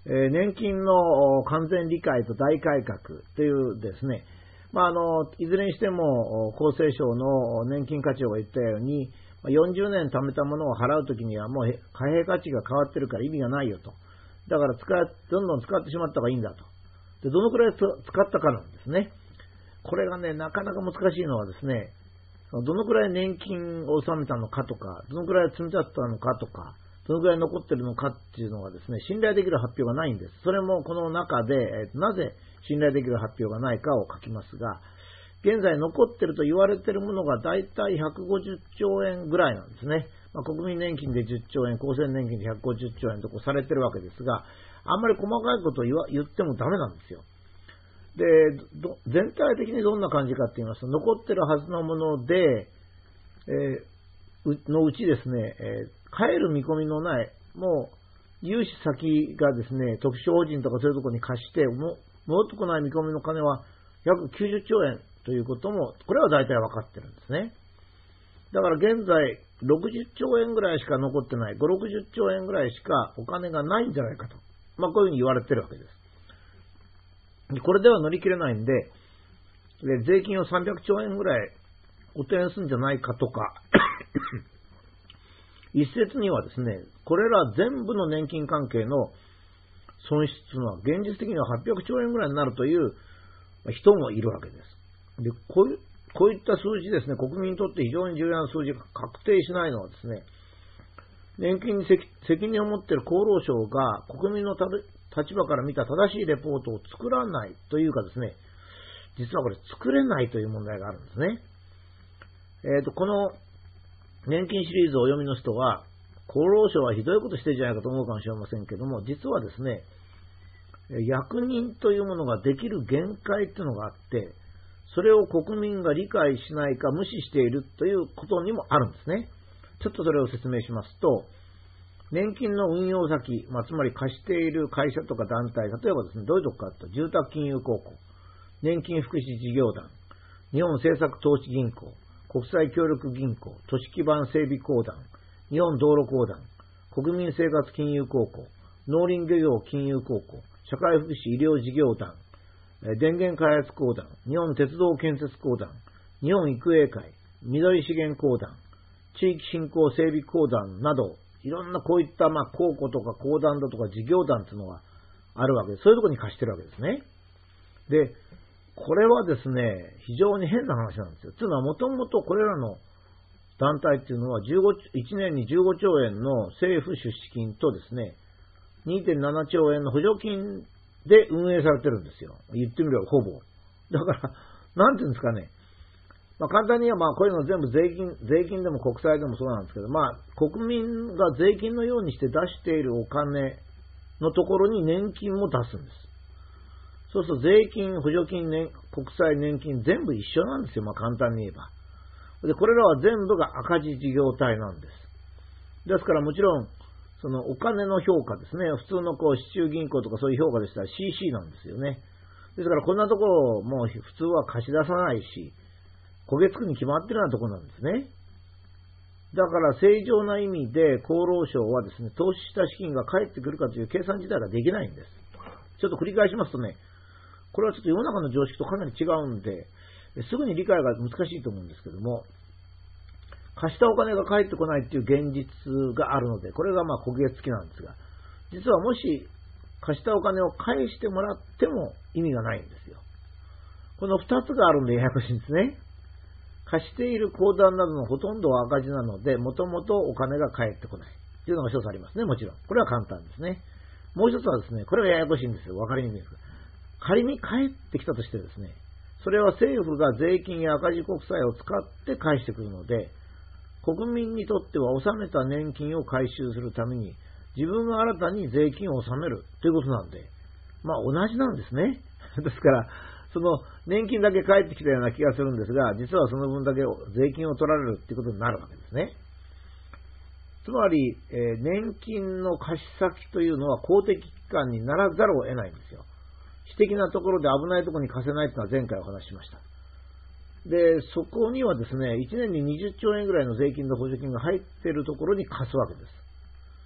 年金の完全理解と大改革というですね、いずれにしても厚生省の年金課長が言ったように、40年貯めたものを払うときにはもう貨幣価値が変わってるから意味がないよと。だからどんどん使ってしまった方がいいんだと。で、どのくらい使ったかなんですね。これがね、なかなか難しいのはですね、どのくらい年金を納めたのかとか、どのくらい積み立てたのかとか、どのくらい残ってるのかっていうのがですね、信頼できる発表がないんです。それもこの中で、なぜ信頼できる発表がないかを書きますが、現在残ってると言われているものがだいたい150兆円ぐらいなんですね。国民年金で10兆円、厚生年金で150兆円とされてるわけですが、あんまり細かいことを言ってもダメなんですよ。で、全体的にどんな感じかって言いますと、残ってるはずのもので、のうちですね、帰る見込みのない、もう融資先がですね、特殊法人とかそういうところに貸して、戻ってこない見込みの金は約90兆円ということも、これは大体分かってるんですね。だから現在、60兆円ぐらいしか残ってない、5、60兆円ぐらいしかお金がないんじゃないかと。こういうふうに言われてるわけです。これでは乗り切れないんで、税金を300兆円ぐらい補填するんじゃないかとか、一説にはですね、これら全部の年金関係の損失というのは現実的には800兆円ぐらいになるという人もいるわけです。で、こういった数字ですね、国民にとって非常に重要な数字が確定しないのはですね、年金に責任を持っている厚労省が国民の立場から見た正しいレポートを作らないというかですね、実はこれ作れないという問題があるんですね。この年金シリーズをお読みの人は、厚労省はひどいことしてるんじゃないかと思うかもしれませんけども、実はですね、役人というものができる限界というのがあって、それを国民が理解しないか無視しているということにもあるんですね。ちょっとそれを説明しますと、年金の運用先、つまり貸している会社とか団体、例えばですね、どういうとこかと、住宅金融公庫、年金福祉事業団、日本政策投資銀行、国際協力銀行、都市基盤整備公団、日本道路公団、国民生活金融公庫、農林漁業金融公庫、社会福祉医療事業団、電源開発公団、日本鉄道建設公団、日本育英会、緑資源公団、地域振興整備公団など、いろんなこういった公庫とか公団だとか事業団というのがあるわけです。そういうところに貸してるわけですね。で、これはですね、非常に変な話なんですよ。というのは、もともとこれらの団体っていうのは1年に15兆円の政府出資金とですね、2.7 兆円の補助金で運営されてるんですよ。言ってみればほぼ。だから、なんていうんですかね。簡単にはこういうの全部税金でも国債でもそうなんですけど、国民が税金のようにして出しているお金のところに年金も出すんです。そうすると税金、補助金、国債、年金全部一緒なんですよ。簡単に言えば。で、これらは全部が赤字事業体なんです。ですからもちろん、そのお金の評価ですね。普通の市中銀行とかそういう評価でしたら CC なんですよね。ですからこんなところをもう普通は貸し出さないし、焦げつくに決まってるようなところなんですね。だから正常な意味で厚労省はですね、投資した資金が返ってくるかという計算自体ができないんです。ちょっと繰り返しますとね、これはちょっと世の中の常識とかなり違うんで、すぐに理解が難しいと思うんですけども、貸したお金が返ってこないっていう現実があるので、これが焦げつきなんですが、実はもし貸したお金を返してもらっても意味がないんですよ。この2つがあるんでややこしいんですね。貸している公団などのほとんどは赤字なので、もともとお金が返ってこないというのが一つありますね、もちろん。これは簡単ですね。もう一つはですね、これがややこしいんですよ。わかりにくいですが。仮に返ってきたとしてですね、それは政府が税金や赤字国債を使って返してくるので、国民にとっては納めた年金を回収するために、自分が新たに税金を納めるということなんで、同じなんですね。ですから、その年金だけ返ってきたような気がするんですが、実はその分だけ税金を取られるということになるわけですね。つまり、年金の貸し先というのは公的機関にならざるを得ないんですよ。私的なところで危ないところに貸せないというのは前回お話ししました。で、そこにはですね、1年に20兆円ぐらいの税金の補助金が入っているところに貸すわけです。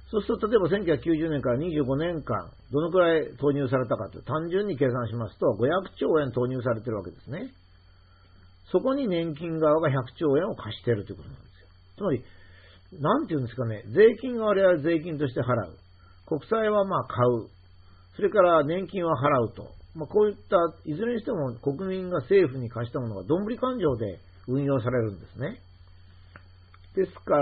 そうすると、例えば1990年から25年間、どのくらい投入されたかと、単純に計算しますと、500兆円投入されてるわけですね。そこに年金側が100兆円を貸しているということなんですよ。つまり、なんていうんですかね、税金は我々税金として払う。国債は買う。それから年金は払うと。こういった、いずれにしても国民が政府に貸したものがどんぶり勘定で運用されるんですね。ですから、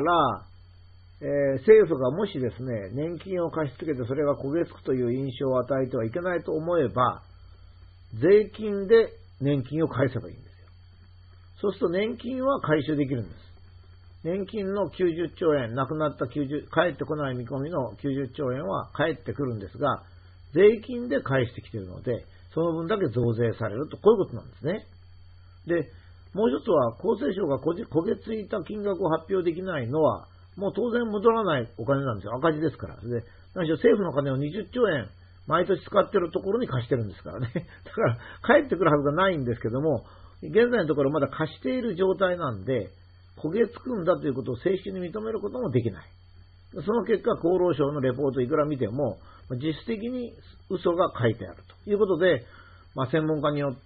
政府がもしですね、年金を貸し付けてそれが焦げ付くという印象を与えてはいけないと思えば、税金で年金を返せばいいんですよ。そうすると年金は回収できるんです。年金の90兆円、なくなった帰ってこない見込みの90兆円は返ってくるんですが、税金で返してきているので、その分だけ増税されると、こういうことなんですね。で、もう一つは、厚生省が焦げついた金額を発表できないのは、もう当然戻らないお金なんですよ。赤字ですから。で、何しろ政府の金を20兆円毎年使っているところに貸してるんですからね。だから、返ってくるはずがないんですけども、現在のところまだ貸している状態なんで、焦げつくんだということを正式に認めることもできない。その結果、厚労省のレポートいくら見ても、実質的に嘘が書いてあるということで、専門家によって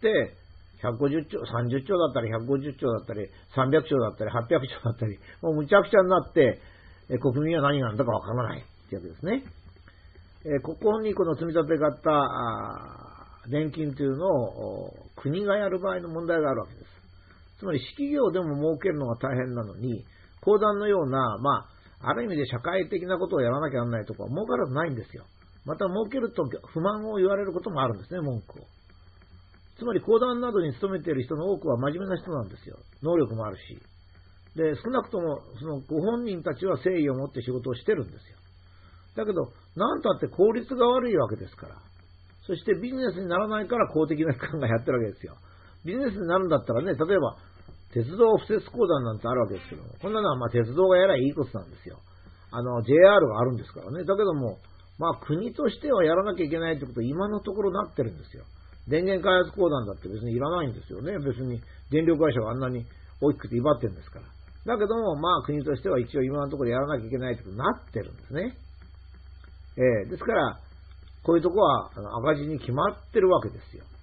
、150兆、30兆だったり、150兆だったり、300兆だったり、800兆だったり、もうむちゃくちゃになって、国民は何が何だかわからないというわけですね。ここにこの積み立て型年金というのを国がやる場合の問題があるわけです。つまり、私企業でも儲けるのが大変なのに、公団のような、ある意味で社会的なことをやらなきゃならないところは儲からないんですよ。また儲けると不満を言われることもあるんですね、文句を。つまり公団などに勤めている人の多くは真面目な人なんですよ。能力もあるし。で、少なくともそのご本人たちは誠意を持って仕事をしてるんですよ。だけど、なんたって効率が悪いわけですから。そしてビジネスにならないから公的な機関がやってるわけですよ。ビジネスになるんだったらね、例えば、鉄道敷設公団なんてあるわけですけども、こんなのは鉄道がやらいいことなんですよ。JR があるんですからね。だけども、国としてはやらなきゃいけないってことは今のところなってるんですよ。電源開発公団だって別にいらないんですよね。別に電力会社があんなに大きくて威張ってるんですから。だけども、国としては一応今のところやらなきゃいけないってことになってるんですね。ですから、こういうとこは赤字に決まってるわけですよ。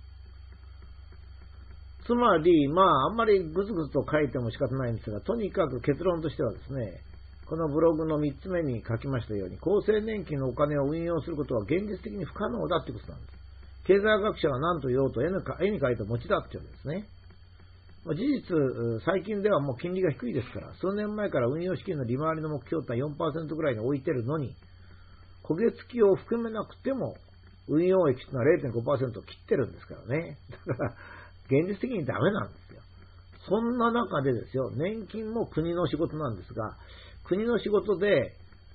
つまり、あんまりぐずぐずと書いても仕方ないんですが、とにかく結論としてはですね、このブログの3つ目に書きましたように、厚生年金のお金を運用することは現実的に不可能だということなんです。経済学者が何と言おうと絵に描いた餅だって言うんですね。事実、最近ではもう金利が低いですから、数年前から運用資金の利回りの目標って 4% ぐらいに置いてるのに、焦げ付きを含めなくても、運用益というのは 0.5% 切ってるんですからね。だから、現実的にダメなんですよ。そんな中でですよ、年金も国の仕事なんですが、国の仕事で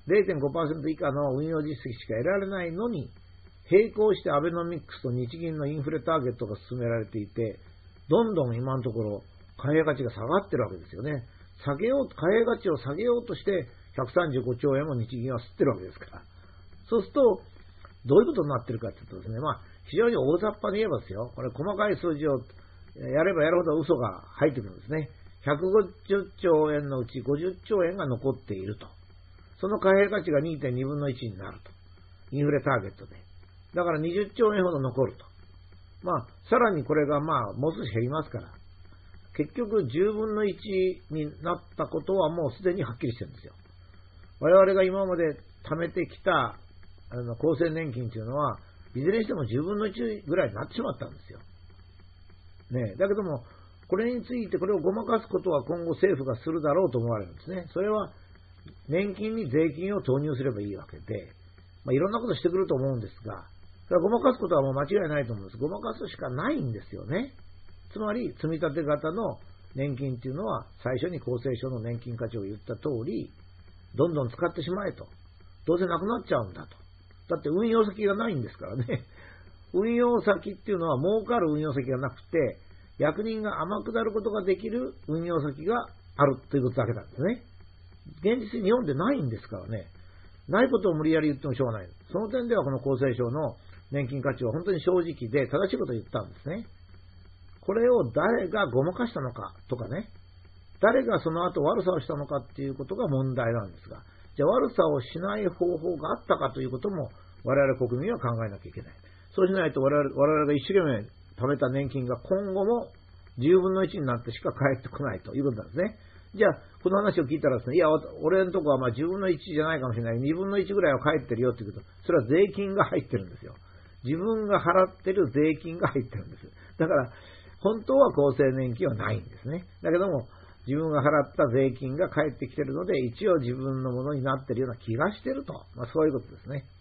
0.5% 以下の運用実績しか得られないのに、並行してアベノミクスと日銀のインフレターゲットが進められていて、どんどん今のところ貨幣価値が下がってるわけですよね。貨幣価値を下げようとして135兆円も日銀は吸ってるわけですから。そうすると、どういうことになってるかというとですね、非常に大雑把に言えばですよ、これ細かい数字をやればやるほど嘘が入ってくるんですね。150兆円のうち50兆円が残っていると。その貨幣価値が 2.2 分の1になると。インフレターゲットで。だから20兆円ほど残ると。さらにこれがもう少し減りますから。結局10分の1になったことはもうすでにはっきりしてるんですよ。我々が今まで貯めてきた厚生年金というのは、いずれにしても10分の1ぐらいになってしまったんですよ。だけども、これについてこれをごまかすことは今後政府がするだろうと思われるんですね。それは年金に税金を投入すればいいわけで、いろんなことしてくると思うんですが、ごまかすことはもう間違いないと思うんです。ごまかすしかないんですよね。つまり、積み立て型の年金っていうのは、最初に厚生省の年金課長が言った通り、どんどん使ってしまえと。どうせなくなっちゃうんだと。だって運用先がないんですからね。運用先っていうのは儲かる運用先がなくて、役人が天下ることができる運用先があるということだけなんですね。現実に日本でないんですからね。ないことを無理やり言ってもしょうがない。その点ではこの厚生省の年金課長は本当に正直で正しいことを言ったんですね。これを誰がごまかしたのかとかね、誰がその後悪さをしたのかっていうことが問題なんですが、 じゃあ悪さをしない方法があったかということも我々国民は考えなきゃいけない。そうしないと我々が一生懸命貯めた年金が今後も10分の1になってしか返ってこないということなんですね。じゃあ、この話を聞いたらですね、いや、俺のとこはまあ10分の1じゃないかもしれない。2分の1ぐらいは返ってるよっていうこと。それは税金が入ってるんですよ。自分が払ってる税金が入ってるんです。だから、本当は厚生年金はないんですね。だけども、自分が払った税金が返ってきてるので、一応自分のものになってるような気がしてると。そういうことですね。